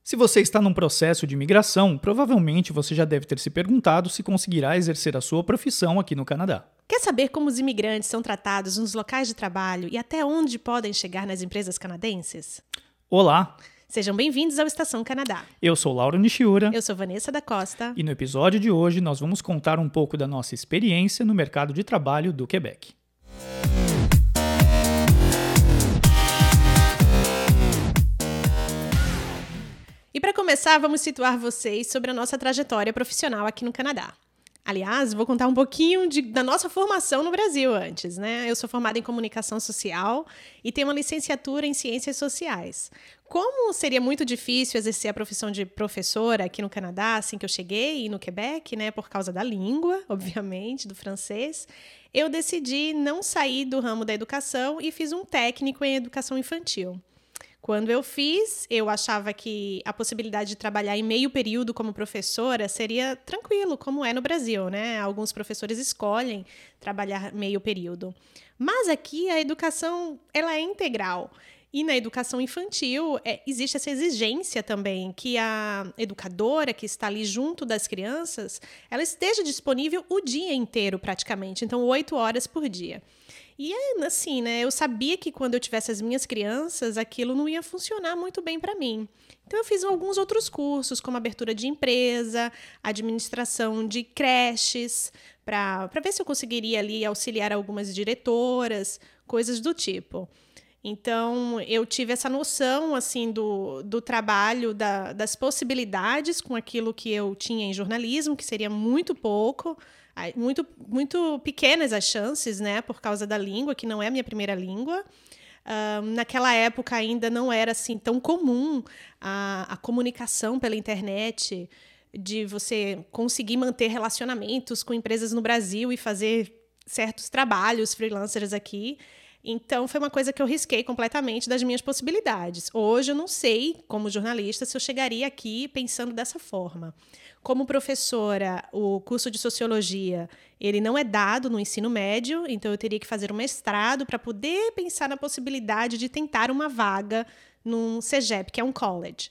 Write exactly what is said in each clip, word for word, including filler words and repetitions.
Se você está num processo de imigração, provavelmente você já deve ter se perguntado se conseguirá exercer a sua profissão aqui no Canadá. Quer saber como os imigrantes são tratados nos locais de trabalho e até onde podem chegar nas empresas canadenses? Olá, Sejam bem-vindos ao Estação Canadá. eu sou Lauro Nishiura Eu sou Vanessa da Costa. e no episódio de hoje nós vamos contar um pouco da nossa experiência no mercado de trabalho do Quebec. E para começar, vamos situar vocês sobre a nossa trajetória profissional aqui no Canadá. Aliás, vou contar um pouquinho de, da nossa formação no Brasil antes, né? Eu sou formada em comunicação social e tenho uma licenciatura em ciências sociais. Como seria muito difícil exercer a profissão de professora aqui no Canadá, assim que eu cheguei, e no Quebec, né, por causa da língua, obviamente, do francês, eu decidi não sair do ramo da educação e fiz um técnico em educação infantil. Quando eu fiz, eu achava que a possibilidade de trabalhar em meio período como professora seria tranquilo, como é no Brasil, né? Alguns professores escolhem trabalhar meio período. Mas aqui a educação, ela é integral. E na educação infantil, é, existe essa exigência também que a educadora que está ali junto das crianças, ela esteja disponível o dia inteiro praticamente, então oito horas por dia. E assim, né, eu sabia que quando eu tivesse as minhas crianças, aquilo não ia funcionar muito bem para mim. Então eu fiz alguns outros cursos, como abertura de empresa, administração de creches, para ver se eu conseguiria ali auxiliar algumas diretoras, coisas do tipo. Então, eu tive essa noção, assim, do, do trabalho, da, das possibilidades com aquilo que eu tinha em jornalismo, que seria muito pouco, muito, muito pequenas as chances, né, por causa da língua, que não é a minha primeira língua. Uh, naquela época ainda não era assim tão comum a, a comunicação pela internet, de você conseguir manter relacionamentos com empresas no Brasil e fazer certos trabalhos freelancers aqui. Então, foi uma coisa que eu risquei completamente das minhas possibilidades. Hoje, eu não sei, como jornalista, se eu chegaria aqui pensando dessa forma. Como professora, o curso de Sociologia, ele não é dado no ensino médio, então eu teria que fazer um mestrado para poder pensar na possibilidade de tentar uma vaga num CEGEP, que é um college.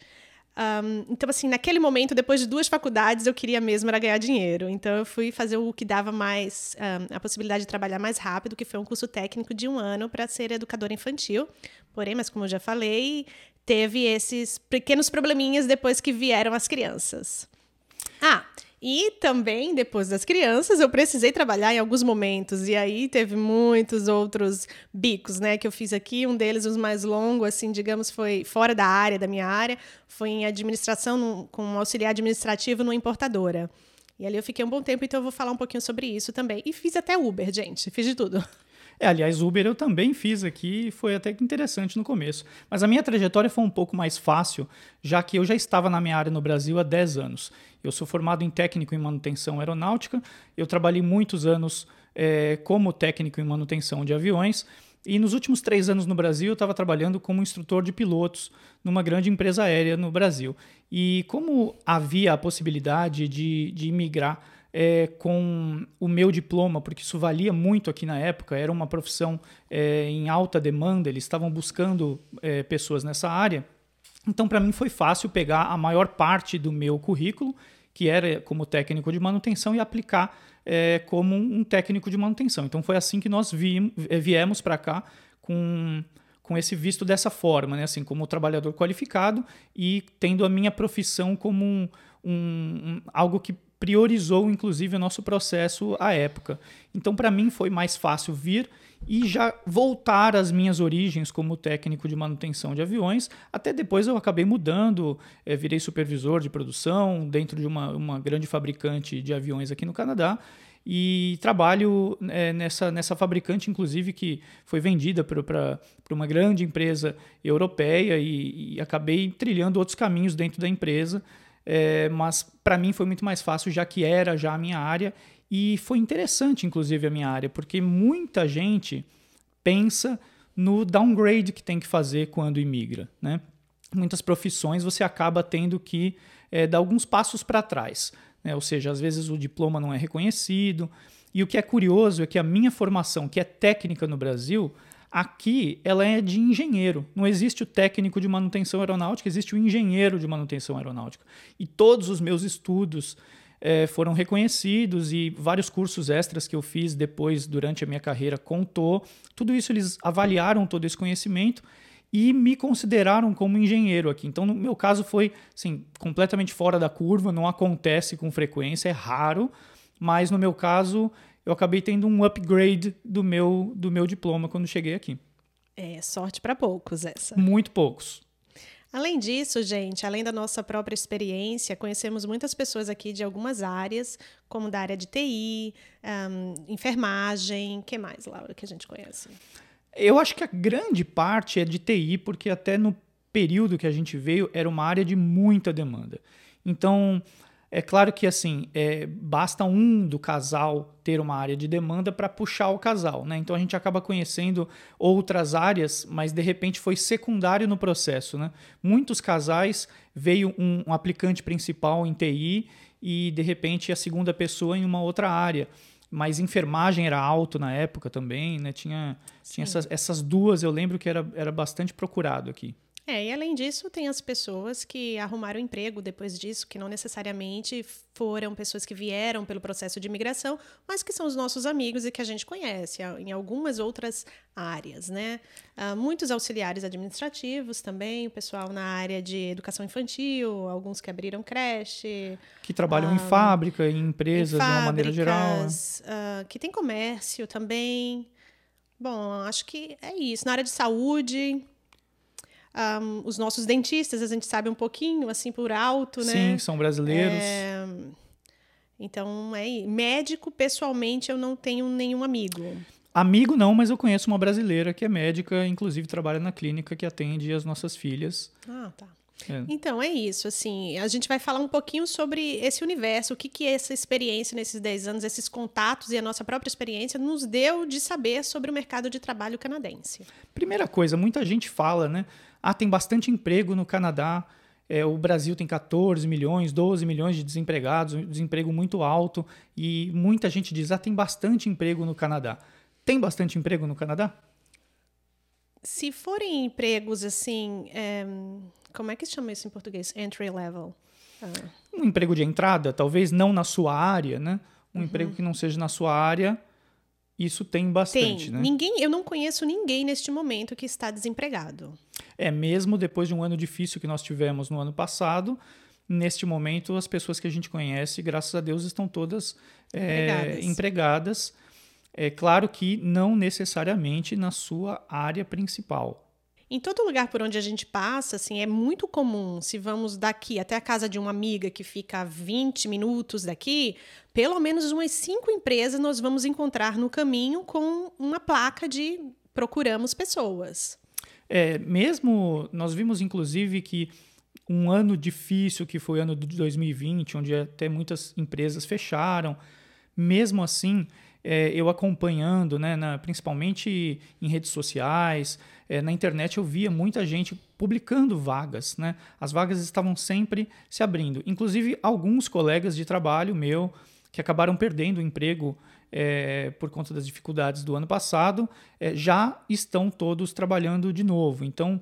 Um, então, assim, naquele momento, depois de duas faculdades, eu queria mesmo era ganhar dinheiro. Então, eu fui fazer o que dava mais, um, a possibilidade de trabalhar mais rápido, que foi um curso técnico de um ano para ser educadora infantil. Porém, mas como eu já falei, teve esses pequenos probleminhas depois que vieram as crianças. Ah, e também, depois das crianças, eu precisei trabalhar em alguns momentos. E aí teve muitos outros bicos, né, que eu fiz aqui. Um deles, os mais longos, assim, digamos, foi fora da área, da minha área. Foi em administração, no, com um auxiliar administrativo numa importadora. E ali eu fiquei um bom tempo, então eu vou falar um pouquinho sobre isso também. E fiz até Uber, gente. Fiz de tudo. É, aliás, Uber eu também fiz aqui e foi até que interessante no começo. Mas a minha trajetória foi um pouco mais fácil, já que eu já estava na minha área no Brasil há dez anos. Eu sou formado em técnico em manutenção aeronáutica, eu trabalhei muitos anos é, como técnico em manutenção de aviões e nos últimos três anos no Brasil eu estava trabalhando como instrutor de pilotos numa grande empresa aérea no Brasil. E como havia a possibilidade de, de imigrar É, com o meu diploma, porque isso valia muito aqui na época, era uma profissão é, em alta demanda, eles estavam buscando é, pessoas nessa área. Então, para mim, foi fácil pegar a maior parte do meu currículo, que era como técnico de manutenção, e aplicar é, como um técnico de manutenção. Então, foi assim que nós vi, viemos para cá com, com esse visto dessa forma, né? Assim, como trabalhador qualificado e tendo a minha profissão como um, um, um, algo que priorizou, inclusive, o nosso processo à época. Então, para mim, foi mais fácil vir e já voltar às minhas origens como técnico de manutenção de aviões. Até depois eu acabei mudando, é, virei supervisor de produção dentro de uma, uma grande fabricante de aviões aqui no Canadá e trabalho é, nessa, nessa fabricante, inclusive, que foi vendida para uma grande empresa europeia e, e acabei trilhando outros caminhos dentro da empresa. É, mas para mim foi muito mais fácil, já que era já a minha área e foi interessante, inclusive, a minha área, porque muita gente pensa no downgrade que tem que fazer quando imigra, né? Muitas profissões você acaba tendo que é, dar alguns passos para trás, né? Ou seja, às vezes o diploma não é reconhecido e o que é curioso é que a minha formação, que é técnica no Brasil, Aqui, ela é de engenheiro. Não existe o técnico de manutenção aeronáutica, existe o engenheiro de manutenção aeronáutica. E todos os meus estudos eh, foram reconhecidos e vários cursos extras que eu fiz depois, durante a minha carreira, contou. Tudo isso, eles avaliaram todo esse conhecimento e me consideraram como engenheiro aqui. Então, no meu caso, foi assim, completamente fora da curva, não acontece com frequência, é raro, mas no meu caso, eu acabei tendo um upgrade do meu, do meu diploma quando cheguei aqui. É, sorte para poucos essa. Muito poucos. Além disso, gente, além da nossa própria experiência, conhecemos muitas pessoas aqui de algumas áreas, como da área de T I, um, enfermagem, o que mais, Laura, que a gente conhece? Eu acho que a grande parte é de T I, porque até no período que a gente veio, era uma área de muita demanda. Então, é claro que assim, é, basta um do casal ter uma área de demanda para puxar o casal, né? Então a gente acaba conhecendo outras áreas, mas de repente foi secundário no processo, né? Muitos casais veio um, um aplicante principal em T I e de repente a segunda pessoa em uma outra área. Mas enfermagem era alto na época também, né? Tinha, tinha essas, essas duas, eu lembro que era, era bastante procurado aqui. É, e além disso, tem as pessoas que arrumaram emprego depois disso, que não necessariamente foram pessoas que vieram pelo processo de imigração, mas que são os nossos amigos e que a gente conhece em algumas outras áreas, né? Uh, muitos auxiliares administrativos também, o pessoal na área de educação infantil, alguns que abriram creche. Que trabalham um, em fábrica, em empresas, em de uma maneira geral. Uh, que tem comércio também. Bom, acho que é isso. Na área de saúde... Um, os nossos dentistas, a gente sabe um pouquinho, assim, por alto, né? Sim, são brasileiros. É... Então, é... médico, pessoalmente, eu não tenho nenhum amigo. Amigo não, mas eu conheço uma brasileira que é médica, inclusive trabalha na clínica que atende as nossas filhas. Ah, tá. É. Então, é isso, assim, a gente vai falar um pouquinho sobre esse universo, o que, que essa experiência nesses dez anos, esses contatos e a nossa própria experiência nos deu de saber sobre o mercado de trabalho canadense. Primeira coisa, muita gente fala, né? Ah, tem bastante emprego no Canadá, é, o Brasil tem catorze milhões, doze milhões de desempregados, um desemprego muito alto, e muita gente diz, ah, tem bastante emprego no Canadá. Tem bastante emprego no Canadá? Se forem empregos assim, é, como é que se chama isso em português? Entry level. Ah. Um emprego de entrada, talvez não na sua área, né? Um uhum. emprego que não seja na sua área, isso tem bastante, tem. né? Ninguém, eu não conheço ninguém neste momento que está desempregado. É, mesmo depois de um ano difícil que nós tivemos no ano passado, neste momento as pessoas que a gente conhece, graças a Deus, estão todas é, empregadas. empregadas. É claro que não necessariamente na sua área principal. Em todo lugar por onde a gente passa, assim, é muito comum, se vamos daqui até a casa de uma amiga que fica a vinte minutos daqui, pelo menos umas cinco empresas nós vamos encontrar no caminho com uma placa de procuramos pessoas. É, mesmo, nós vimos inclusive que um ano difícil, que foi o ano de dois mil e vinte, onde até muitas empresas fecharam, mesmo assim... É, eu acompanhando, né, na, principalmente em redes sociais, é, na internet eu via muita gente publicando vagas, né? As vagas estavam sempre se abrindo. Inclusive, alguns colegas de trabalho meu que acabaram perdendo o emprego é, por conta das dificuldades do ano passado, é, já estão todos trabalhando de novo. Então,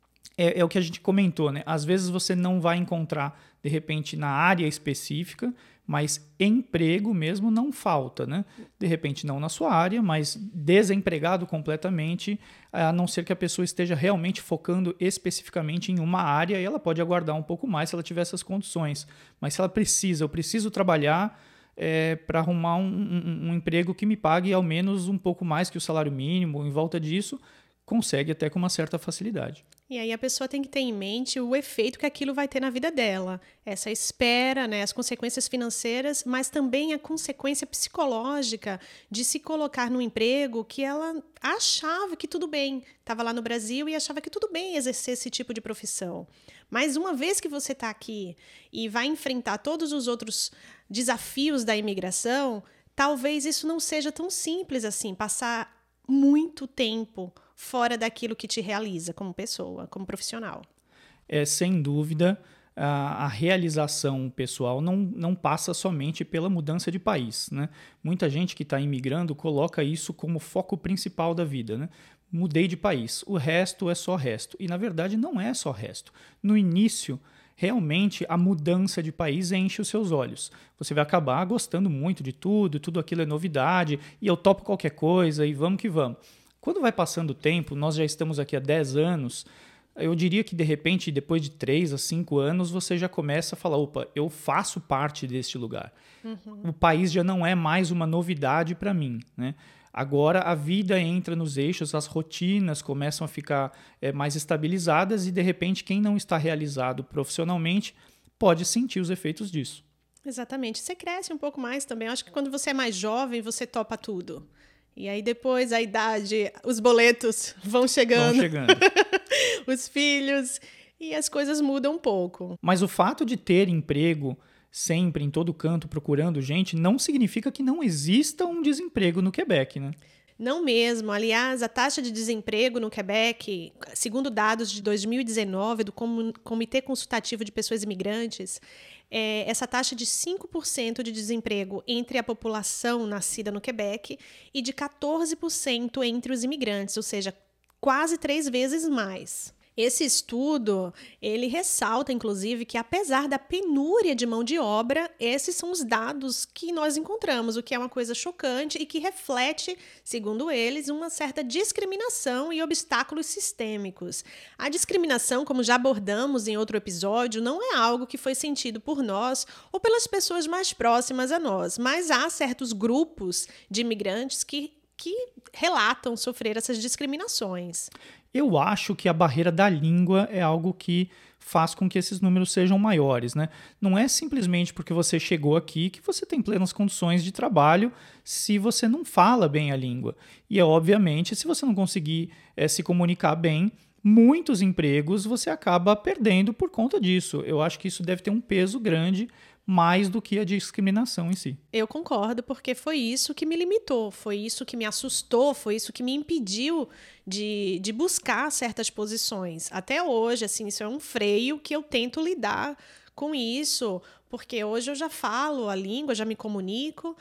é, é o que a gente comentou, né? Às vezes você não vai encontrar, de repente, na área específica, mas emprego mesmo não falta, né? De repente não na sua área, mas desempregado completamente, a não ser que a pessoa esteja realmente focando especificamente em uma área, e ela pode aguardar um pouco mais se ela tiver essas condições. Mas se ela precisa, eu preciso trabalhar é, para arrumar um, um, um emprego que me pague ao menos um pouco mais que o salário mínimo, em volta disso, consegue até com uma certa facilidade. E aí a pessoa tem que ter em mente o efeito que aquilo vai ter na vida dela. Essa espera, né, as consequências financeiras, mas também a consequência psicológica de se colocar num emprego que ela achava que tudo bem. Estava lá no Brasil e achava que tudo bem exercer esse tipo de profissão. Mas uma vez que você está aqui e vai enfrentar todos os outros desafios da imigração, talvez isso não seja tão simples assim, passar muito tempo fora daquilo que te realiza como pessoa, como profissional. É, sem dúvida, a, a realização pessoal não, não passa somente pela mudança de país, né? Muita gente que está imigrando coloca isso como foco principal da vida, né? mudei de país, o resto é só resto. E na verdade não é só resto. No início, realmente a mudança de país enche os seus olhos. Você vai acabar gostando muito de tudo, tudo aquilo é novidade, e eu topo qualquer coisa, e vamos que vamos. Quando vai passando o tempo, nós já estamos aqui há dez anos, eu diria que de repente, depois de três a cinco anos, você já começa a falar, opa, eu faço parte deste lugar. Uhum. O país já não é mais uma novidade para mim, né? Agora a vida entra nos eixos, as rotinas começam a ficar é, mais estabilizadas e, de repente, quem não está realizado profissionalmente pode sentir os efeitos disso. Exatamente. Você cresce um pouco mais também. Eu acho que quando você é mais jovem, você topa tudo. E aí depois a idade, os boletos vão chegando. Vão chegando. Os filhos, e as coisas mudam um pouco. Mas o fato de ter emprego sempre, em todo canto, procurando gente, não significa que não exista um desemprego no Quebec, né? Não mesmo. Aliás, a taxa de desemprego no Quebec, segundo dados de dois mil e dezenove do Comitê Consultativo de Pessoas Imigrantes, é essa taxa de cinco por cento de desemprego entre a população nascida no Quebec e de quatorze por cento entre os imigrantes, ou seja, quase três vezes mais. Esse estudo, ele ressalta, inclusive, que apesar da penúria de mão de obra, esses são os dados que nós encontramos, o que é uma coisa chocante e que reflete, segundo eles, uma certa discriminação e obstáculos sistêmicos. A discriminação, como já abordamos em outro episódio, não é algo que foi sentido por nós ou pelas pessoas mais próximas a nós, mas há certos grupos de imigrantes que, que relatam sofrer essas discriminações. Eu acho que a barreira da língua é algo que faz com que esses números sejam maiores, né? Não é simplesmente porque você chegou aqui que você tem plenas condições de trabalho se você não fala bem a língua. E, obviamente, se você não conseguir é, se comunicar bem, muitos empregos você acaba perdendo por conta disso. Eu acho que isso deve ter um peso grande, mais do que a discriminação em si. Eu concordo, porque foi isso que me limitou, foi isso que me assustou, foi isso que me impediu de, de buscar certas posições. Até hoje, assim, isso é um freio que eu tento lidar com isso, porque hoje eu já falo a língua, já me comunico,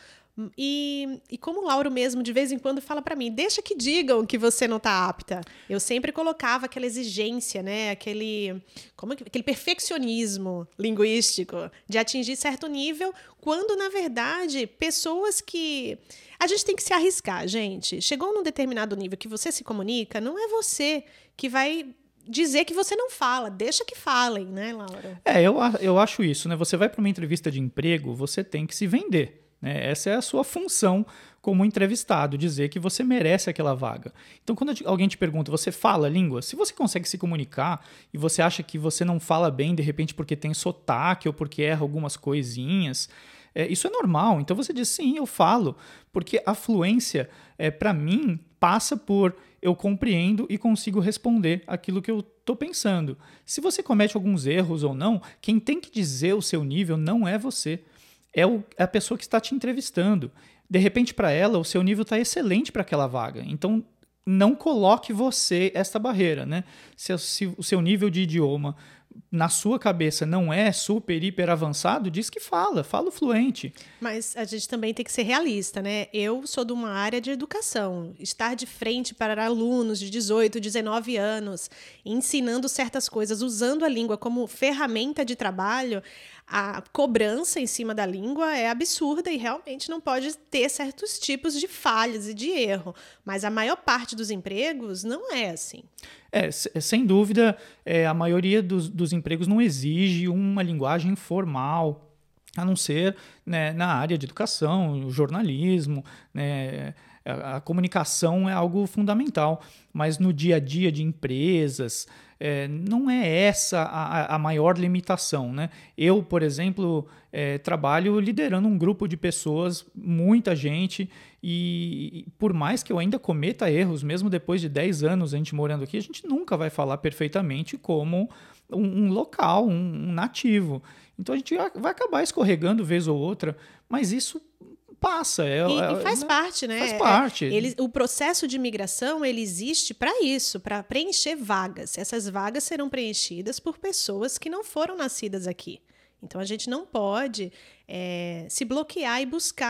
E, e como o Lauro mesmo de vez em quando fala para mim, deixa que digam que você não está apta. Eu sempre colocava aquela exigência, né? Aquele, como, aquele perfeccionismo linguístico de atingir certo nível, quando, na verdade, pessoas que... A gente tem que se arriscar, gente. Chegou num determinado nível que você se comunica, não é você que vai dizer que você não fala. Deixa que falem, né, Laura? É, eu, eu acho isso, né? Você vai para uma entrevista de emprego, você tem que se vender. Essa é a sua função como entrevistado, dizer que você merece aquela vaga. Então, quando alguém te pergunta, você fala a língua? Se você consegue se comunicar e você acha que você não fala bem, de repente, porque tem sotaque ou porque erra algumas coisinhas, é, isso é normal. Então, você diz, sim, eu falo. Porque a fluência, é, para mim, passa por eu compreendo e consigo responder aquilo que eu estou pensando. Se você comete alguns erros ou não, quem tem que dizer o seu nível não é você. É, o, é a pessoa que está te entrevistando. De repente, para ela, o seu nível está excelente para aquela vaga. Então, não coloque você esta barreira, né? Se, se o seu nível de idioma na sua cabeça não é super, hiper avançado, diz que fala, fala fluente. Mas a gente também tem que ser realista, né? Eu sou de uma área de educação. Estar de frente para alunos de dezoito, dezenove anos, ensinando certas coisas, usando a língua como ferramenta de trabalho, a cobrança em cima da língua é absurda e realmente não pode ter certos tipos de falhas e de erro. Mas a maior parte dos empregos não é assim. É, sem dúvida, é, a maioria dos, dos empregos não exige uma linguagem formal, a não ser, né, na área de educação, jornalismo, né, a, a comunicação é algo fundamental, mas no dia a dia de empresas, é, não é essa a, a maior limitação, né? Eu, por exemplo, é, trabalho liderando um grupo de pessoas, muita gente, e, e por mais que eu ainda cometa erros, mesmo depois de dez anos a gente morando aqui, a gente nunca vai falar perfeitamente como um, um local, um, um nativo. Então a gente vai acabar escorregando vez ou outra, mas isso passa. É, e, é, e faz né? parte, né? Faz parte. É, ele, o processo de imigração, ele existe para isso, para preencher vagas. Essas vagas serão preenchidas por pessoas que não foram nascidas aqui. Então, a gente não pode é, se bloquear e buscar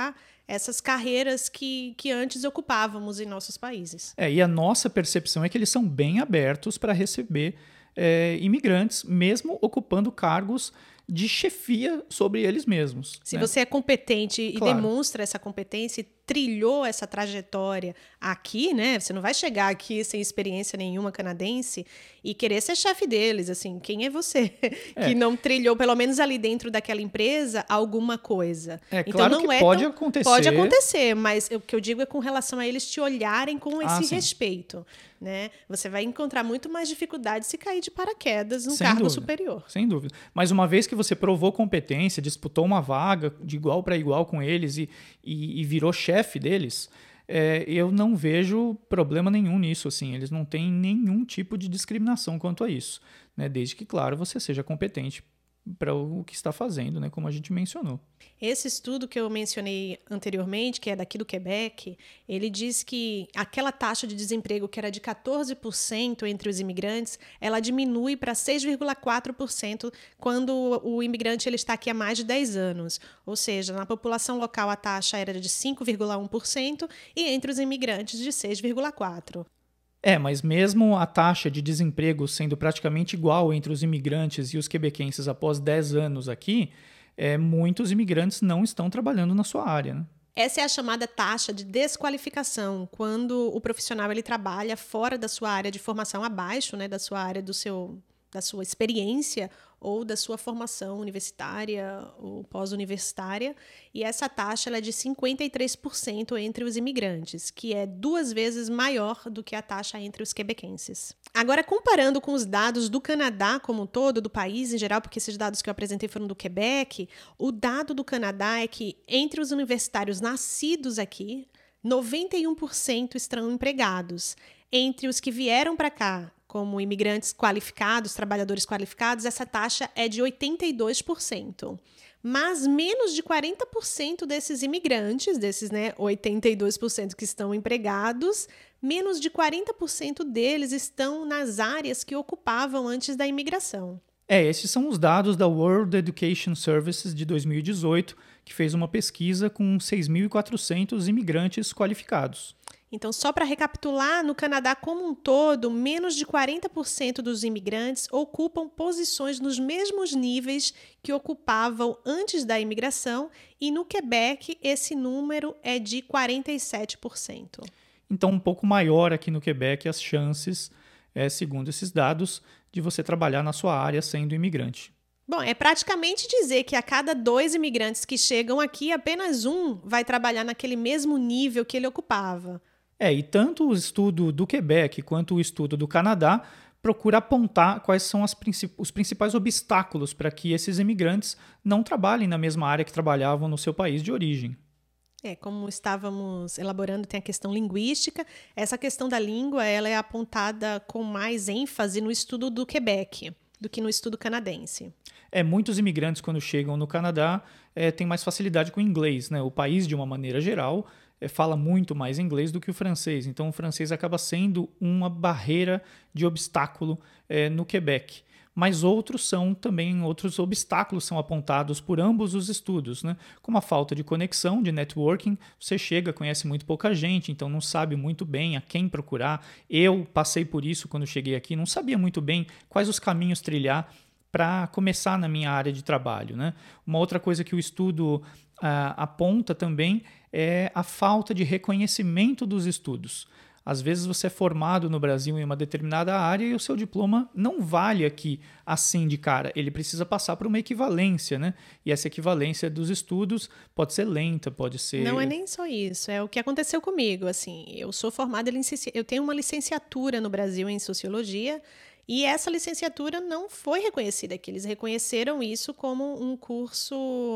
essas carreiras que, que antes ocupávamos em nossos países. É, e a nossa percepção é que eles são bem abertos para receber é, imigrantes, mesmo ocupando cargos de chefia sobre eles mesmos. Se né? você é competente e Claro. demonstra essa competência e trilhou essa trajetória aqui, né? Você não vai chegar aqui sem experiência nenhuma canadense e querer ser chefe deles, assim, quem é você? É. Que não trilhou, pelo menos ali dentro daquela empresa, alguma coisa. É então, claro não que é pode tão- acontecer. Pode acontecer, mas o que eu digo é com relação a eles te olharem com Ah, esse sim. respeito, né? Você vai encontrar muito mais dificuldade se cair de paraquedas num Sem cargo dúvida. superior. Sem dúvida. Mas uma vez que você provou competência, disputou uma vaga de igual para igual com eles e, e, e virou chefe deles, é, eu não vejo problema nenhum nisso. Assim. Eles não têm nenhum tipo de discriminação quanto a isso. Né? Desde que, claro, você seja competente para o que está fazendo, né? Como a gente mencionou. Esse estudo que eu mencionei anteriormente, que é daqui do Quebec, ele diz que aquela taxa de desemprego que era de quatorze por cento entre os imigrantes, ela diminui para seis vírgula quatro por cento quando o imigrante ele está aqui há mais de dez anos. Ou seja, na população local a taxa era de cinco vírgula um por cento e entre os imigrantes de seis vírgula quatro por cento. É, mas mesmo a taxa de desemprego sendo praticamente igual entre os imigrantes e os quebequenses após dez anos aqui, é, muitos imigrantes não estão trabalhando na sua área. Né? Essa é a chamada taxa de desqualificação, quando o profissional ele trabalha fora da sua área de formação, abaixo, né, da sua área do seu, da sua experiência ou da sua formação universitária ou pós-universitária. E essa taxa ela é de cinquenta e três por cento entre os imigrantes, que é duas vezes maior do que a taxa entre os quebequenses. Agora, comparando com os dados do Canadá como um todo, do país em geral, porque esses dados que eu apresentei foram do Quebec, o dado do Canadá é que entre os universitários nascidos aqui, noventa e um por cento estão empregados. Entre os que vieram para cá como imigrantes qualificados, trabalhadores qualificados, essa taxa é de oitenta e dois por cento. Mas menos de quarenta por cento desses imigrantes, desses né, oitenta e dois por cento que estão empregados, menos de quarenta por cento deles estão nas áreas que ocupavam antes da imigração. É, esses são os dados da World Education Services de dois mil e dezoito, que fez uma pesquisa com seis mil e quatrocentos imigrantes qualificados. Então, só para recapitular, no Canadá como um todo, menos de quarenta por cento dos imigrantes ocupam posições nos mesmos níveis que ocupavam antes da imigração, e no Quebec esse número é de quarenta e sete por cento. Então, um pouco maior aqui no Quebec as chances, é, segundo esses dados, de você trabalhar na sua área sendo imigrante. Bom, é praticamente dizer que a cada dois imigrantes que chegam aqui, apenas um vai trabalhar naquele mesmo nível que ele ocupava. É, e tanto o estudo do Quebec quanto o estudo do Canadá procura apontar quais são as princip- os principais obstáculos para que esses imigrantes não trabalhem na mesma área que trabalhavam no seu país de origem. É, como estávamos elaborando, tem a questão linguística. Essa questão da língua ela é apontada com mais ênfase no estudo do Quebec do que no estudo canadense. É, muitos imigrantes, quando chegam no Canadá, é, têm mais facilidade com o inglês. Né? O país, de uma maneira geral, é, fala muito mais inglês do que o francês. Então, o francês acaba sendo uma barreira de obstáculo é, no Quebec. Mas outros são também, outros obstáculos são apontados por ambos os estudos, né? Como a falta de conexão, de networking. Você chega, conhece muito pouca gente, então não sabe muito bem a quem procurar. Eu passei por isso quando cheguei aqui, não sabia muito bem quais os caminhos trilhar para começar na minha área de trabalho, né? Uma outra coisa que o estudo ah, aponta também é a falta de reconhecimento dos estudos. Às vezes você é formado no Brasil em uma determinada área e o seu diploma não vale aqui assim de cara. Ele precisa passar por uma equivalência, né? E essa equivalência dos estudos pode ser lenta, pode ser... Não é nem só isso, é o que aconteceu comigo. Assim, eu sou formada em licenci... eu tenho uma licenciatura no Brasil em Sociologia e essa licenciatura não foi reconhecida aqui. Eles reconheceram isso como um curso...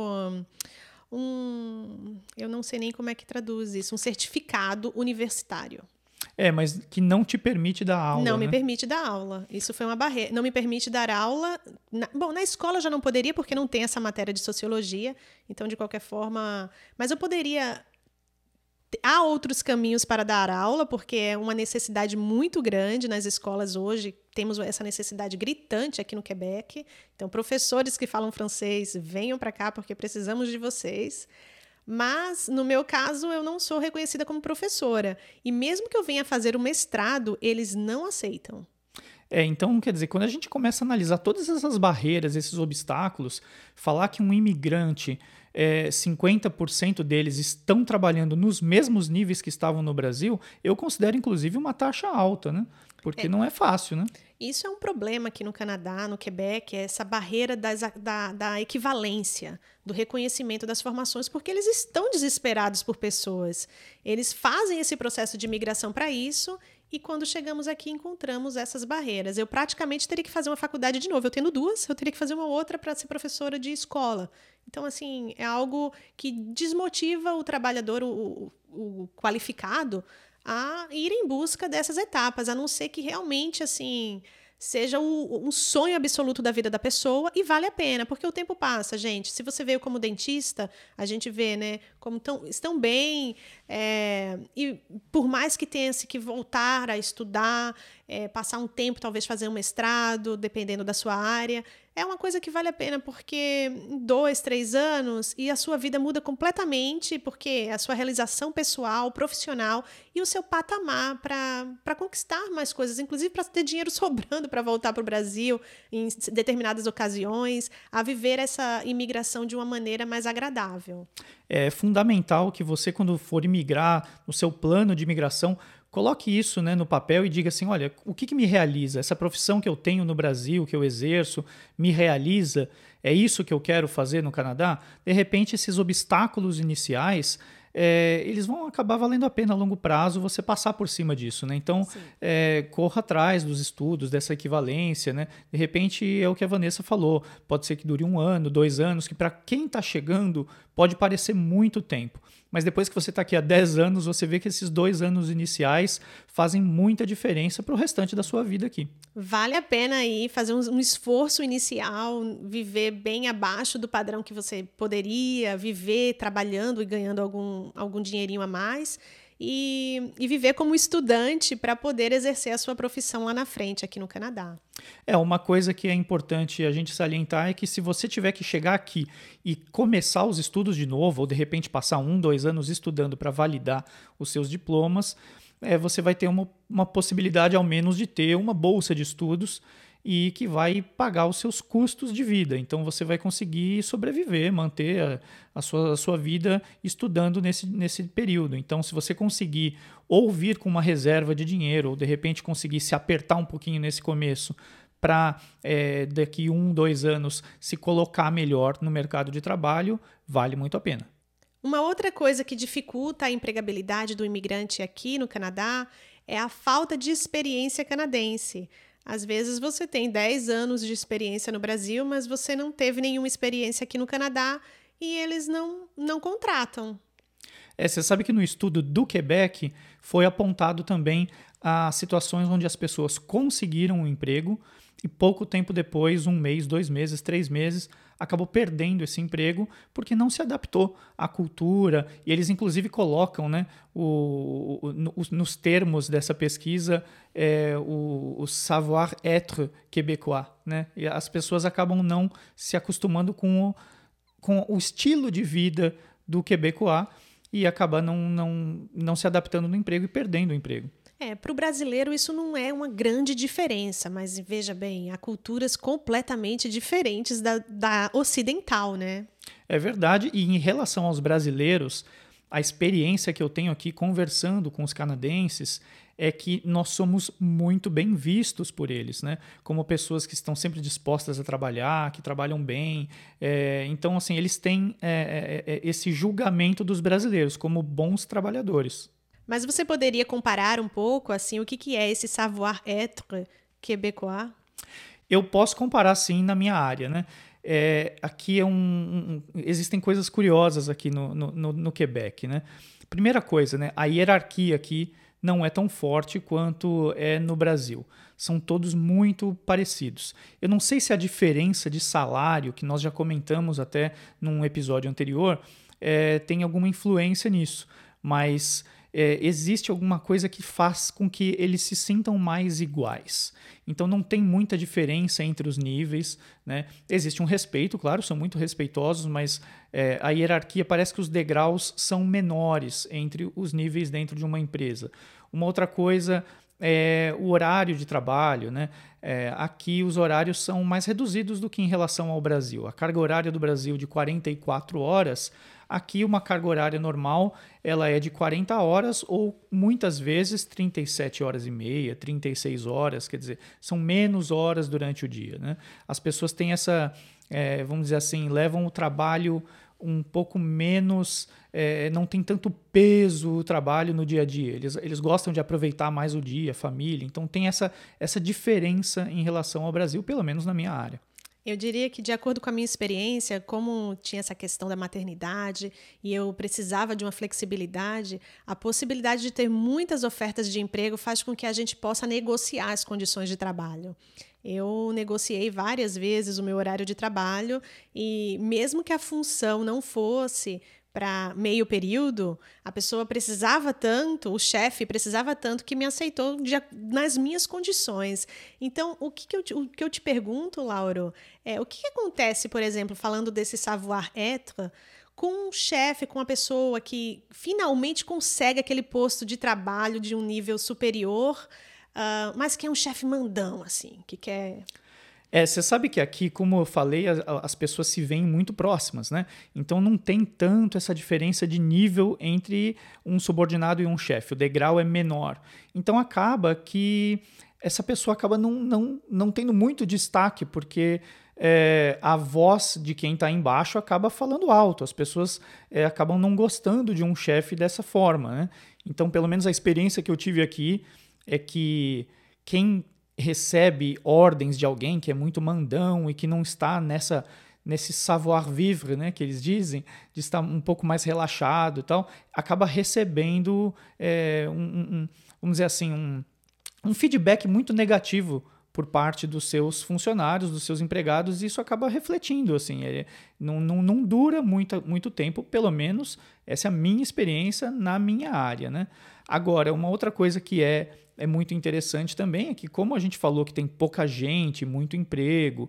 Um, eu não sei nem como é que traduz isso, um certificado universitário. É, mas que não te permite dar aula. Não né? me permite dar aula. Isso foi uma barreira. Não me permite dar aula. Na... Bom, na escola eu já não poderia, porque não tem essa matéria de sociologia. Então, de qualquer forma. Mas eu poderia. Há outros caminhos para dar aula, porque é uma necessidade muito grande nas escolas hoje. Temos essa necessidade gritante aqui no Quebec. Então, professores que falam francês, venham para cá, porque precisamos de vocês. Mas, no meu caso, eu não sou reconhecida como professora. E mesmo que eu venha fazer o mestrado, eles não aceitam. É, então, quer dizer, quando a gente começa a analisar todas essas barreiras, esses obstáculos, falar que um imigrante, é, cinquenta por cento deles estão trabalhando nos mesmos níveis que estavam no Brasil, eu considero, inclusive, uma taxa alta, né? Porque É. não é fácil, né? Isso é um problema aqui no Canadá, no Quebec, é essa barreira das, da, da equivalência, do reconhecimento das formações, porque eles estão desesperados por pessoas. Eles fazem esse processo de imigração para isso e quando chegamos aqui encontramos essas barreiras. Eu praticamente teria que fazer uma faculdade de novo. Eu tendo duas, eu teria que fazer uma outra para ser professora de escola. Então, assim, é algo que desmotiva o trabalhador, o, o, o qualificado, a ir em busca dessas etapas, a não ser que realmente, assim, seja o, um sonho absoluto da vida da pessoa e vale a pena, porque o tempo passa, gente. Se você veio como dentista, a gente vê, né, como tão, estão bem, é, e por mais que tenha que voltar a estudar, é, passar um tempo, talvez fazer um mestrado, dependendo da sua área, é uma coisa que vale a pena, porque em dois, três anos, e a sua vida muda completamente, porque a sua realização pessoal, profissional e o seu patamar para conquistar mais coisas, inclusive para ter dinheiro sobrando para voltar para o Brasil em determinadas ocasiões, a viver essa imigração de uma maneira mais agradável. É fundamental que você, quando for imigrar, no seu plano de imigração, coloque isso, né, no papel e diga assim, olha, o que, que me realiza? Essa profissão que eu tenho no Brasil, que eu exerço, me realiza? É isso que eu quero fazer no Canadá? De repente, esses obstáculos iniciais, é, eles vão acabar valendo a pena a longo prazo você passar por cima disso, né? Então, é, corra atrás dos estudos, dessa equivalência, né? De repente, é o que a Vanessa falou, pode ser que dure um ano, dois anos, que para quem está chegando pode parecer muito tempo. Mas depois que você está aqui há dez anos, você vê que esses dois anos iniciais fazem muita diferença para o restante da sua vida aqui. Vale a pena aí fazer um, um esforço inicial, viver bem abaixo do padrão que você poderia, viver trabalhando e ganhando algum, algum dinheirinho a mais e, e viver como estudante para poder exercer a sua profissão lá na frente, aqui no Canadá. É, uma coisa que é importante a gente salientar é que se você tiver que chegar aqui e começar os estudos de novo, ou de repente passar um, dois anos estudando para validar os seus diplomas, é, você vai ter uma, uma possibilidade ao menos de ter uma bolsa de estudos e que vai pagar os seus custos de vida. Então você vai conseguir sobreviver, manter a, a, sua, a sua vida estudando nesse, nesse período. Então se você conseguir ou vir com uma reserva de dinheiro, ou de repente conseguir se apertar um pouquinho nesse começo para é, daqui um, dois anos se colocar melhor no mercado de trabalho, vale muito a pena. Uma outra coisa que dificulta a empregabilidade do imigrante aqui no Canadá é a falta de experiência canadense. Às vezes você tem dez anos de experiência no Brasil, mas você não teve nenhuma experiência aqui no Canadá e eles não, não contratam. É, você sabe que no estudo do Quebec foi apontado também as situações onde as pessoas conseguiram um emprego e pouco tempo depois, um mês, dois meses, três meses, acabou perdendo esse emprego porque não se adaptou à cultura. E eles, inclusive, colocam, né, o, o, no, nos termos dessa pesquisa é, o, o savoir-être québécois. Né? E as pessoas acabam não se acostumando com o, com o estilo de vida do québécois e acaba não, não, não se adaptando no emprego e perdendo o emprego. É, para o brasileiro isso não é uma grande diferença, mas veja bem, há culturas completamente diferentes da, da ocidental, né? É verdade, e em relação aos brasileiros, a experiência que eu tenho aqui conversando com os canadenses é que nós somos muito bem vistos por eles, né? Como pessoas que estão sempre dispostas a trabalhar, que trabalham bem. É, então, assim, eles têm é, é, esse julgamento dos brasileiros como bons trabalhadores. Mas você poderia comparar um pouco, assim, o que, que é esse savoir-être québécois? Eu posso comparar, sim, na minha área, né? É, aqui é um, um, existem coisas curiosas aqui no, no, no Quebec, né? Primeira coisa, né? A hierarquia aqui não é tão forte quanto é no Brasil. São todos muito parecidos. Eu não sei se a diferença de salário, que nós já comentamos até num episódio anterior, é, tem alguma influência nisso, mas é, existe alguma coisa que faz com que eles se sintam mais iguais. Então não tem muita diferença entre os níveis, né? Existe um respeito, claro, são muito respeitosos, mas é, a hierarquia parece que os degraus são menores entre os níveis dentro de uma empresa. Uma outra coisa é o horário de trabalho, né? É, aqui os horários são mais reduzidos do que em relação ao Brasil. A carga horária do Brasil de quarenta e quatro horas, aqui uma carga horária normal ela é de quarenta horas ou muitas vezes trinta e sete horas e meia, trinta e seis horas, quer dizer, são menos horas durante o dia, né? As pessoas têm essa, é, vamos dizer assim, levam o trabalho um pouco menos, é, não tem tanto peso o trabalho no dia a dia. Eles, eles gostam de aproveitar mais o dia, a família. Então tem essa, essa diferença em relação ao Brasil, pelo menos na minha área. Eu diria que, de acordo com a minha experiência, como tinha essa questão da maternidade e eu precisava de uma flexibilidade, a possibilidade de ter muitas ofertas de emprego faz com que a gente possa negociar as condições de trabalho. Eu negociei várias vezes o meu horário de trabalho e, mesmo que a função não fosse para meio período, a pessoa precisava tanto, o chefe precisava tanto que me aceitou de, nas minhas condições. Então, o que, que, eu, o que eu te pergunto, Lauro, é o que, que acontece, por exemplo, falando desse savoir-être, com um chefe, com uma pessoa que finalmente consegue aquele posto de trabalho de um nível superior, uh, mas que é um chefe mandão, assim, que quer... É, você sabe que aqui, como eu falei, as, as pessoas se veem muito próximas, né? Então não tem tanto essa diferença de nível entre um subordinado e um chefe. O degrau é menor. Então acaba que essa pessoa acaba não, não, não tendo muito destaque, porque é, a voz de quem está embaixo acaba falando alto. As pessoas é, acabam não gostando de um chefe dessa forma, né? Então, pelo menos a experiência que eu tive aqui é que quem recebe ordens de alguém que é muito mandão e que não está nessa, nesse savoir-vivre, né, que eles dizem, de estar um pouco mais relaxado e tal, acaba recebendo, é, um, um, vamos dizer assim, um, um feedback muito negativo por parte dos seus funcionários, dos seus empregados, e isso acaba refletindo, assim, é, não, não, não dura muito, muito tempo, pelo menos essa é a minha experiência na minha área, né? Agora, uma outra coisa que é é muito interessante também é que, como a gente falou que tem pouca gente, muito emprego,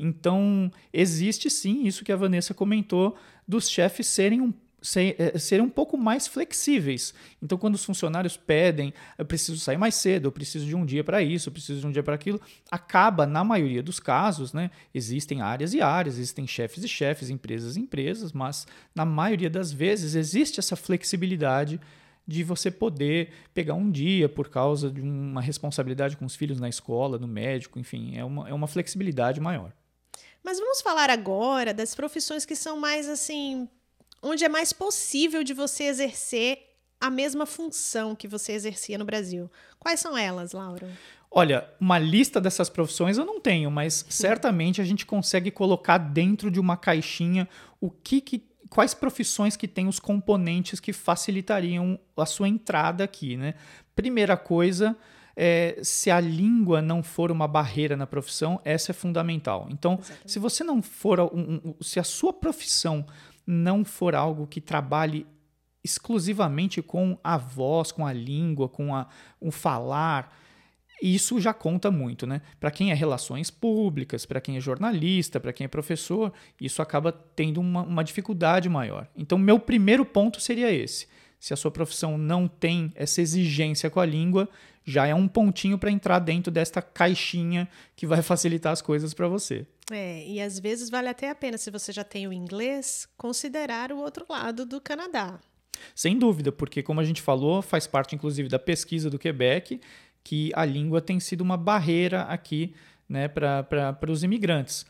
então existe sim isso que a Vanessa comentou dos chefes serem um, ser, serem um pouco mais flexíveis. Então, quando os funcionários pedem, eu preciso sair mais cedo, eu preciso de um dia para isso, eu preciso de um dia para aquilo, acaba, na maioria dos casos, né, existem áreas e áreas, existem chefes e chefes, empresas e empresas, mas na maioria das vezes existe essa flexibilidade de você poder pegar um dia por causa de uma responsabilidade com os filhos na escola, no médico, enfim, é uma, é uma flexibilidade maior. Mas vamos falar agora das profissões que são mais assim, onde é mais possível de você exercer a mesma função que você exercia no Brasil. Quais são elas, Laura? Olha, uma lista dessas profissões eu não tenho, mas certamente a gente consegue colocar dentro de uma caixinha o que, que quais profissões que têm os componentes que facilitariam a sua entrada aqui, né? Primeira coisa, é, se a língua não for uma barreira na profissão, essa é fundamental. Então, exatamente, se você não for, um, um, se a sua profissão não for algo que trabalhe exclusivamente com a voz, com a língua, com a, o falar, isso já conta muito, né? Para quem é relações públicas, para quem é jornalista, para quem é professor, isso acaba tendo uma, uma dificuldade maior. Então, meu primeiro ponto seria esse. Se a sua profissão não tem essa exigência com a língua, já é um pontinho para entrar dentro desta caixinha que vai facilitar as coisas para você. É, e às vezes vale até a pena, se você já tem o inglês, considerar o outro lado do Canadá. Sem dúvida, porque como a gente falou, faz parte inclusive da pesquisa do Quebec, que a língua tem sido uma barreira aqui, né, para os imigrantes.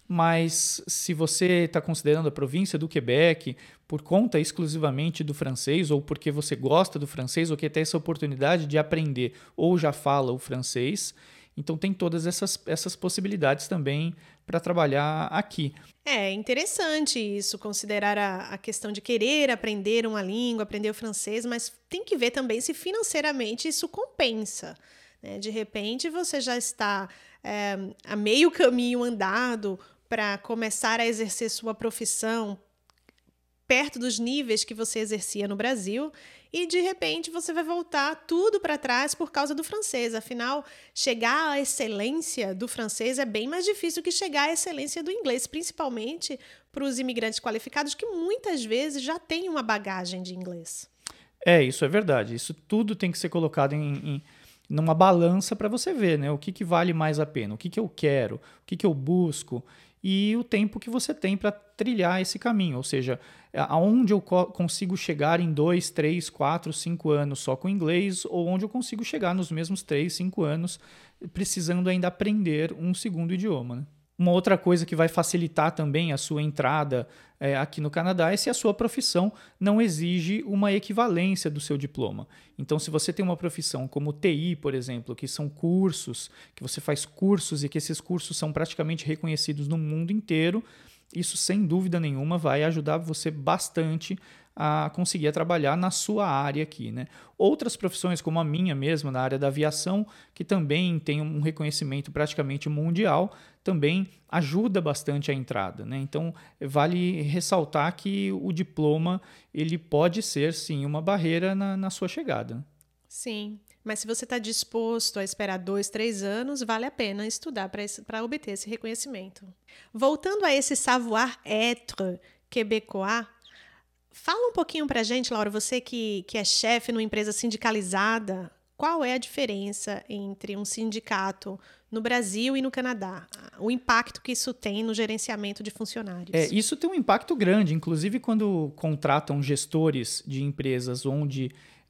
Mas se você está considerando a província do Quebec por conta exclusivamente do francês, ou porque você gosta do francês, ou que tem essa oportunidade de aprender, ou já fala o francês, então tem todas essas, essas possibilidades também para trabalhar aqui. É interessante isso, considerar a, a questão de querer aprender uma língua, aprender o francês, mas tem que ver também se financeiramente isso compensa, né? De repente você já está é, a meio caminho andado para começar a exercer sua profissão perto dos níveis que você exercia no Brasil, e de repente você vai voltar tudo para trás por causa do francês. Afinal, chegar à excelência do francês é bem mais difícil que chegar à excelência do inglês, principalmente para os imigrantes qualificados que muitas vezes já têm uma bagagem de inglês. É, isso é verdade. Isso tudo tem que ser colocado em, em numa balança para você ver, né? O que, que vale mais a pena, o que, que eu quero, o que, que eu busco e o tempo que você tem para trilhar esse caminho. Ou seja, aonde eu co- consigo chegar em dois, três, quatro, cinco anos só com inglês ou onde eu consigo chegar nos mesmos três, cinco anos precisando ainda aprender um segundo idioma, né? Uma outra coisa que vai facilitar também a sua entrada é, aqui no Canadá é se a sua profissão não exige uma equivalência do seu diploma. Então, se você tem uma profissão como T I, por exemplo, que são cursos, que você faz cursos e que esses cursos são praticamente reconhecidos no mundo inteiro, isso, sem dúvida nenhuma, vai ajudar você bastante a conseguir trabalhar na sua área aqui, né? Outras profissões, como a minha mesmo, na área da aviação, que também tem um reconhecimento praticamente mundial, também ajuda bastante a entrada, né? Então, vale ressaltar que o diploma ele pode ser, sim, uma barreira na, na sua chegada. Sim, mas se você está disposto a esperar dois, três anos, vale a pena estudar para obter esse reconhecimento. Voltando a esse savoir-être québécois, fala um pouquinho para a gente, Laura, você que, que é chefe numa empresa sindicalizada, qual é a diferença entre um sindicato no Brasil e no Canadá? O impacto que isso tem no gerenciamento de funcionários? É, isso tem um impacto grande, inclusive quando contratam gestores de empresas onde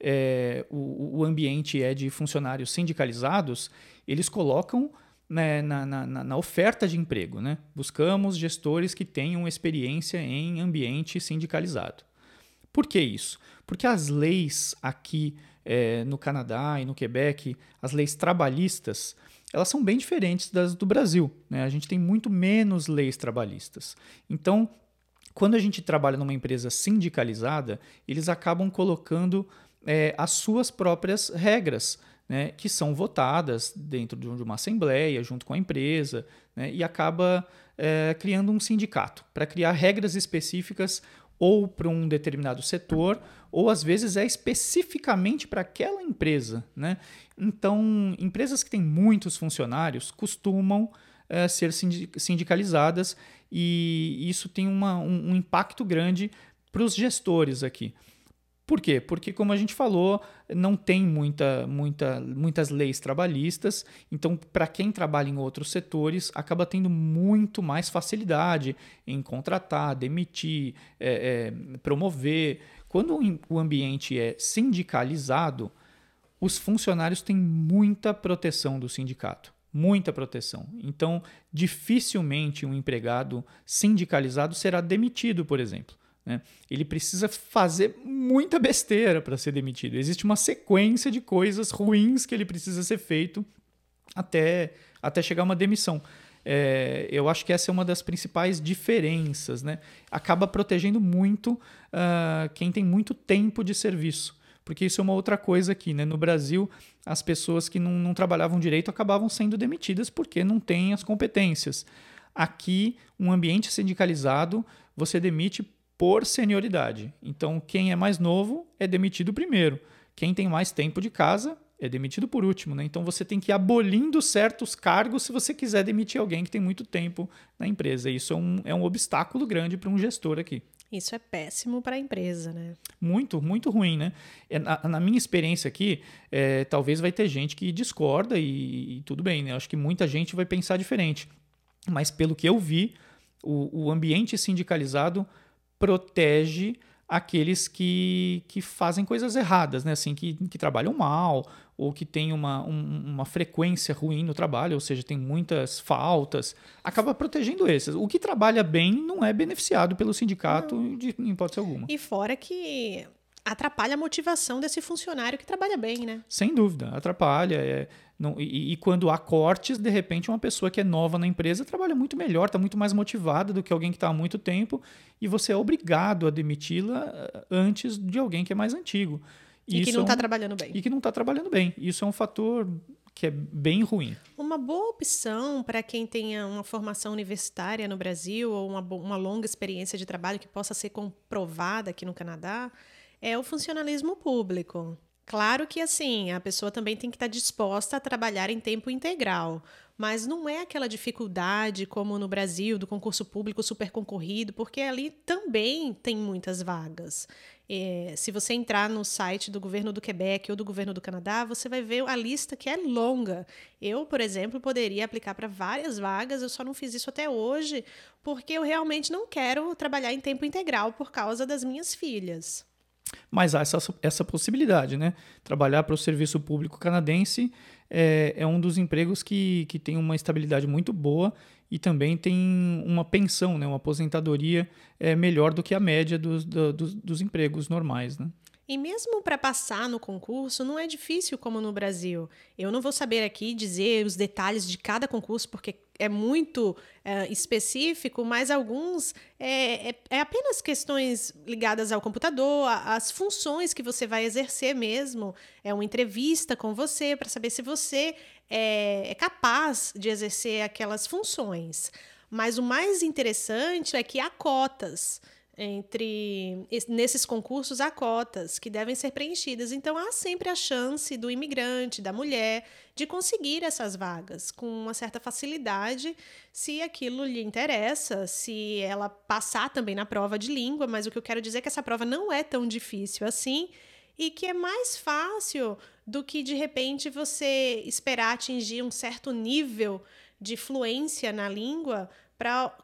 é, o, o ambiente é de funcionários sindicalizados, eles colocam né, na, na, na oferta de emprego, né? Buscamos gestores que tenham experiência em ambiente sindicalizado. Por que isso? Porque as leis aqui é, no Canadá e no Quebec, as leis trabalhistas, elas são bem diferentes das do Brasil, né? A gente tem muito menos leis trabalhistas. Então, quando a gente trabalha numa empresa sindicalizada, eles acabam colocando é, as suas próprias regras, né, que são votadas dentro de uma assembleia, junto com a empresa, né, e acaba é, criando um sindicato para criar regras específicas ou para um determinado setor, ou às vezes é especificamente para aquela empresa, né? Então, empresas que têm muitos funcionários costumam é, ser sindicalizadas e isso tem uma, um, um impacto grande para os gestores aqui. Por quê? Porque, como a gente falou, não tem muita, muita, muitas leis trabalhistas, então, para quem trabalha em outros setores, acaba tendo muito mais facilidade em contratar, demitir, é, é, promover. Quando o ambiente é sindicalizado, os funcionários têm muita proteção do sindicato. Muita proteção. Então, dificilmente um empregado sindicalizado será demitido, por exemplo. Né? Ele precisa fazer muita besteira para ser demitido. Existe uma sequência de coisas ruins que ele precisa ser feito até, até chegar a uma demissão. É, eu acho que essa é uma das principais diferenças. Né? Acaba protegendo muito uh, quem tem muito tempo de serviço. Porque isso é uma outra coisa aqui. Né? No Brasil, as pessoas que não, não trabalhavam direito acabavam sendo demitidas porque não têm as competências. Aqui, um ambiente sindicalizado, você demite por senioridade. Então, quem é mais novo é demitido primeiro. Quem tem mais tempo de casa é demitido por último. Né? Então, você tem que ir abolindo certos cargos se você quiser demitir alguém que tem muito tempo na empresa. Isso é um, é um obstáculo grande para um gestor aqui. Isso é péssimo para a empresa, né? Muito, muito ruim, né? Na, na minha experiência aqui, é, talvez vai ter gente que discorda e, e tudo bem, né? Acho que muita gente vai pensar diferente. Mas, pelo que eu vi, o, o ambiente sindicalizado protege aqueles que, que fazem coisas erradas, né? Assim, que, que trabalham mal ou que têm uma, um, uma frequência ruim no trabalho, ou seja, tem muitas faltas, acaba protegendo esses. O que trabalha bem não é beneficiado pelo sindicato de, em hipótese alguma. E fora que atrapalha a motivação desse funcionário que trabalha bem, né? Sem dúvida, atrapalha. É, não, e, e quando há cortes, de repente uma pessoa que é nova na empresa trabalha muito melhor, está muito mais motivada do que alguém que está há muito tempo e você é obrigado a demiti-la antes de alguém que é mais antigo. E Isso que não está é um, trabalhando bem. E que não está trabalhando bem. Isso é um fator que é bem ruim. Uma boa opção para quem tenha uma formação universitária no Brasil ou uma, uma longa experiência de trabalho que possa ser comprovada aqui no Canadá é o funcionalismo público. Claro que, assim, a pessoa também tem que estar disposta a trabalhar em tempo integral, mas não é aquela dificuldade como no Brasil, do concurso público super concorrido, porque ali também tem muitas vagas. É, se você entrar no site do governo do Quebec ou do governo do Canadá, você vai ver a lista que é longa. Eu, por exemplo, poderia aplicar para várias vagas, eu só não fiz isso até hoje, porque eu realmente não quero trabalhar em tempo integral por causa das minhas filhas. Mas há essa, essa possibilidade, né? Trabalhar para o serviço público canadense é, é um dos empregos que, que tem uma estabilidade muito boa e também tem uma pensão, né? Uma aposentadoria é, melhor do que a média dos, do, dos, dos empregos normais, né? E mesmo para passar no concurso, não é difícil como no Brasil. Eu não vou saber aqui dizer os detalhes de cada concurso, porque é muito é, específico, mas alguns é, é, é apenas questões ligadas ao computador, as funções que você vai exercer mesmo. É uma entrevista com você para saber se você é, é capaz de exercer aquelas funções. Mas o mais interessante é que há cotas. Entre nesses concursos há cotas que devem ser preenchidas. Então, há sempre a chance do imigrante, da mulher, de conseguir essas vagas com uma certa facilidade, se aquilo lhe interessa, se ela passar também na prova de língua. Mas o que eu quero dizer é que essa prova não é tão difícil assim e que é mais fácil do que, de repente, você esperar atingir um certo nível de fluência na língua para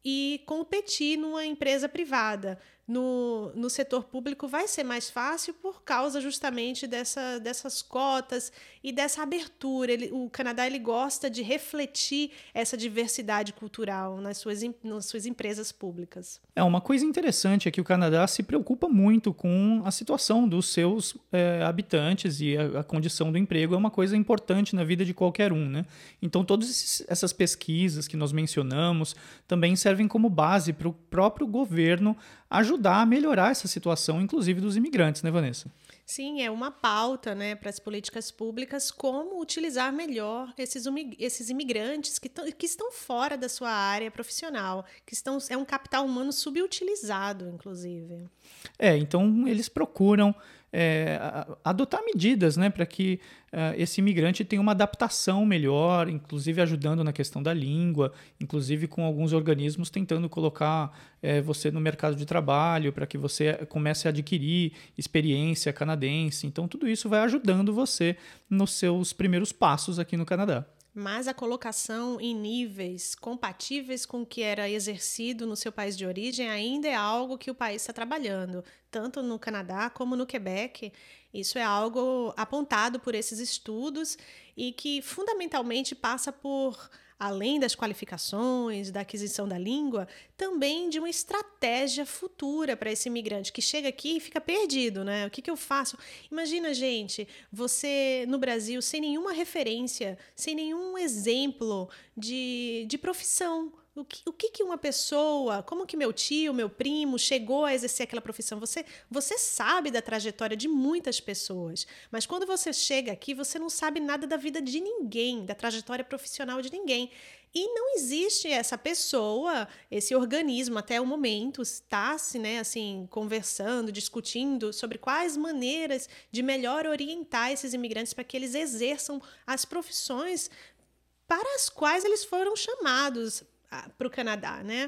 e competir numa empresa privada. No, no setor público vai ser mais fácil por causa justamente dessa, dessas cotas e dessa abertura. Ele, o Canadá ele gosta de refletir essa diversidade cultural nas suas, nas suas empresas públicas. É, uma coisa interessante é que o Canadá se preocupa muito com a situação dos seus é, habitantes e a, a condição do emprego é uma coisa importante na vida de qualquer um, né? Então, todas essas pesquisas que nós mencionamos também servem como base para o próprio governo ajudar a melhorar essa situação, inclusive dos imigrantes, né, Vanessa? Sim, é uma pauta, né, para as políticas públicas, como utilizar melhor esses, esses imigrantes que, que estão fora da sua área profissional, que estão, é um capital humano subutilizado, inclusive. É, então eles procuram é, adotar medidas, né, para que uh, esse imigrante tenha uma adaptação melhor, inclusive ajudando na questão da língua, inclusive com alguns organismos tentando colocar é, você no mercado de trabalho para que você comece a adquirir experiência canadense. Então tudo isso vai ajudando você nos seus primeiros passos aqui no Canadá. Mas a colocação em níveis compatíveis com o que era exercido no seu país de origem ainda é algo que o país está trabalhando, tanto no Canadá como no Quebec. Isso é algo apontado por esses estudos e que fundamentalmente passa por, além das qualificações, da aquisição da língua, também de uma estratégia futura para esse imigrante que chega aqui e fica perdido, né? O que, que eu faço? Imagina, gente, você no Brasil sem nenhuma referência, sem nenhum exemplo de, de profissão. O que, o que que uma pessoa, como que meu tio, meu primo chegou a exercer aquela profissão? Você, você sabe da trajetória de muitas pessoas, mas quando você chega aqui, você não sabe nada da vida de ninguém, da trajetória profissional de ninguém. E não existe essa pessoa, esse organismo, até o momento, está-se, né, assim, conversando, discutindo sobre quais maneiras de melhor orientar esses imigrantes para que eles exerçam as profissões para as quais eles foram chamados para o Canadá, né?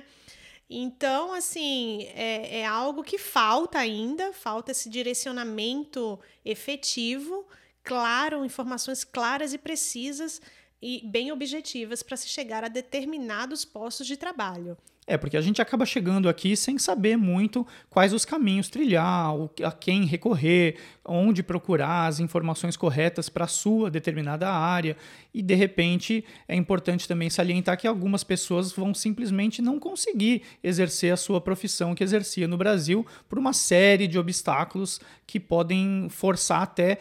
Então, assim, é, é algo que falta ainda, falta esse direcionamento efetivo, claro, informações claras e precisas e bem objetivas para se chegar a determinados postos de trabalho. É, porque a gente acaba chegando aqui sem saber muito quais os caminhos trilhar, a quem recorrer, onde procurar as informações corretas para a sua determinada área. E, de repente, é importante também salientar que algumas pessoas vão simplesmente não conseguir exercer a sua profissão que exercia no Brasil por uma série de obstáculos que podem forçar até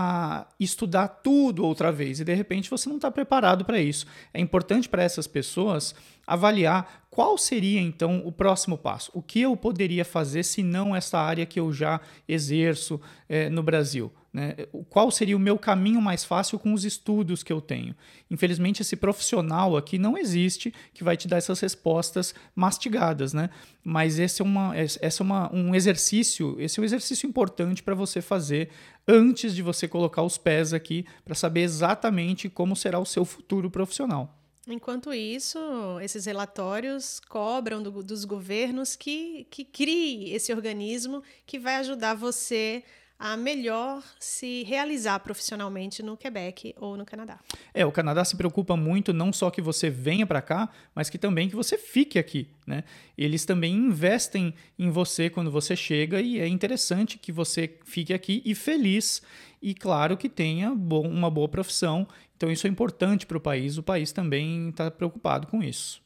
a estudar tudo outra vez. E, de repente, você não está preparado para isso. É importante para essas pessoas avaliar qual seria, então, o próximo passo? O que eu poderia fazer se não essa área que eu já exerço é, no Brasil? Né? Qual seria o meu caminho mais fácil com os estudos que eu tenho? Infelizmente, esse profissional aqui não existe que vai te dar essas respostas mastigadas, né? Mas esse é, uma, esse é uma, um exercício, esse é um exercício importante para você fazer antes de você colocar os pés aqui para saber exatamente como será o seu futuro profissional. Enquanto isso, esses relatórios cobram do, dos governos que, que crie esse organismo que vai ajudar você a melhor se realizar profissionalmente no Quebec ou no Canadá. É, o Canadá se preocupa muito não só que você venha para cá, mas que também que você fique aqui, né? Eles também investem em você quando você chega e é interessante que você fique aqui e feliz e, claro, que tenha bom, uma boa profissão. Então isso é importante para o país, o país também está preocupado com isso.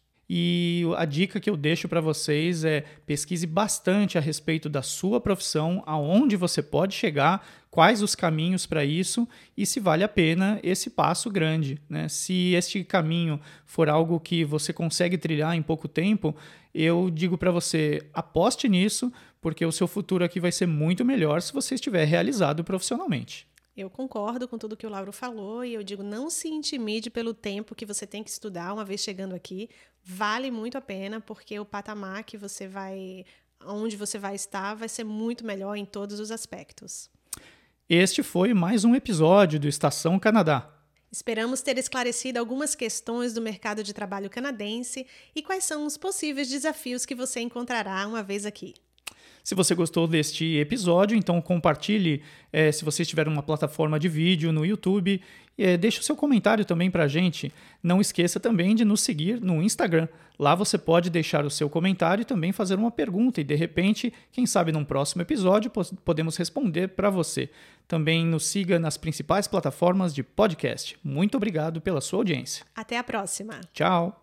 E a dica que eu deixo para vocês é pesquise bastante a respeito da sua profissão, aonde você pode chegar, quais os caminhos para isso e se vale a pena esse passo grande, né? Se este caminho for algo que você consegue trilhar em pouco tempo, eu digo para você, aposte nisso, porque o seu futuro aqui vai ser muito melhor se você estiver realizado profissionalmente. Eu concordo com tudo que o Lauro falou e eu digo, não se intimide pelo tempo que você tem que estudar uma vez chegando aqui. Vale muito a pena, porque o patamar que você vai, onde você vai estar, vai ser muito melhor em todos os aspectos. Este foi mais um episódio do Estação Canadá. Esperamos ter esclarecido algumas questões do mercado de trabalho canadense e quais são os possíveis desafios que você encontrará uma vez aqui. Se você gostou deste episódio, então compartilhe, é, se você estiver numa plataforma de vídeo no YouTube, é, deixe o seu comentário também para a gente. Não esqueça também de nos seguir no Instagram. Lá você pode deixar o seu comentário e também fazer uma pergunta e, de repente, quem sabe num próximo episódio podemos responder para você. Também nos siga nas principais plataformas de podcast. Muito obrigado pela sua audiência. Até a próxima. Tchau!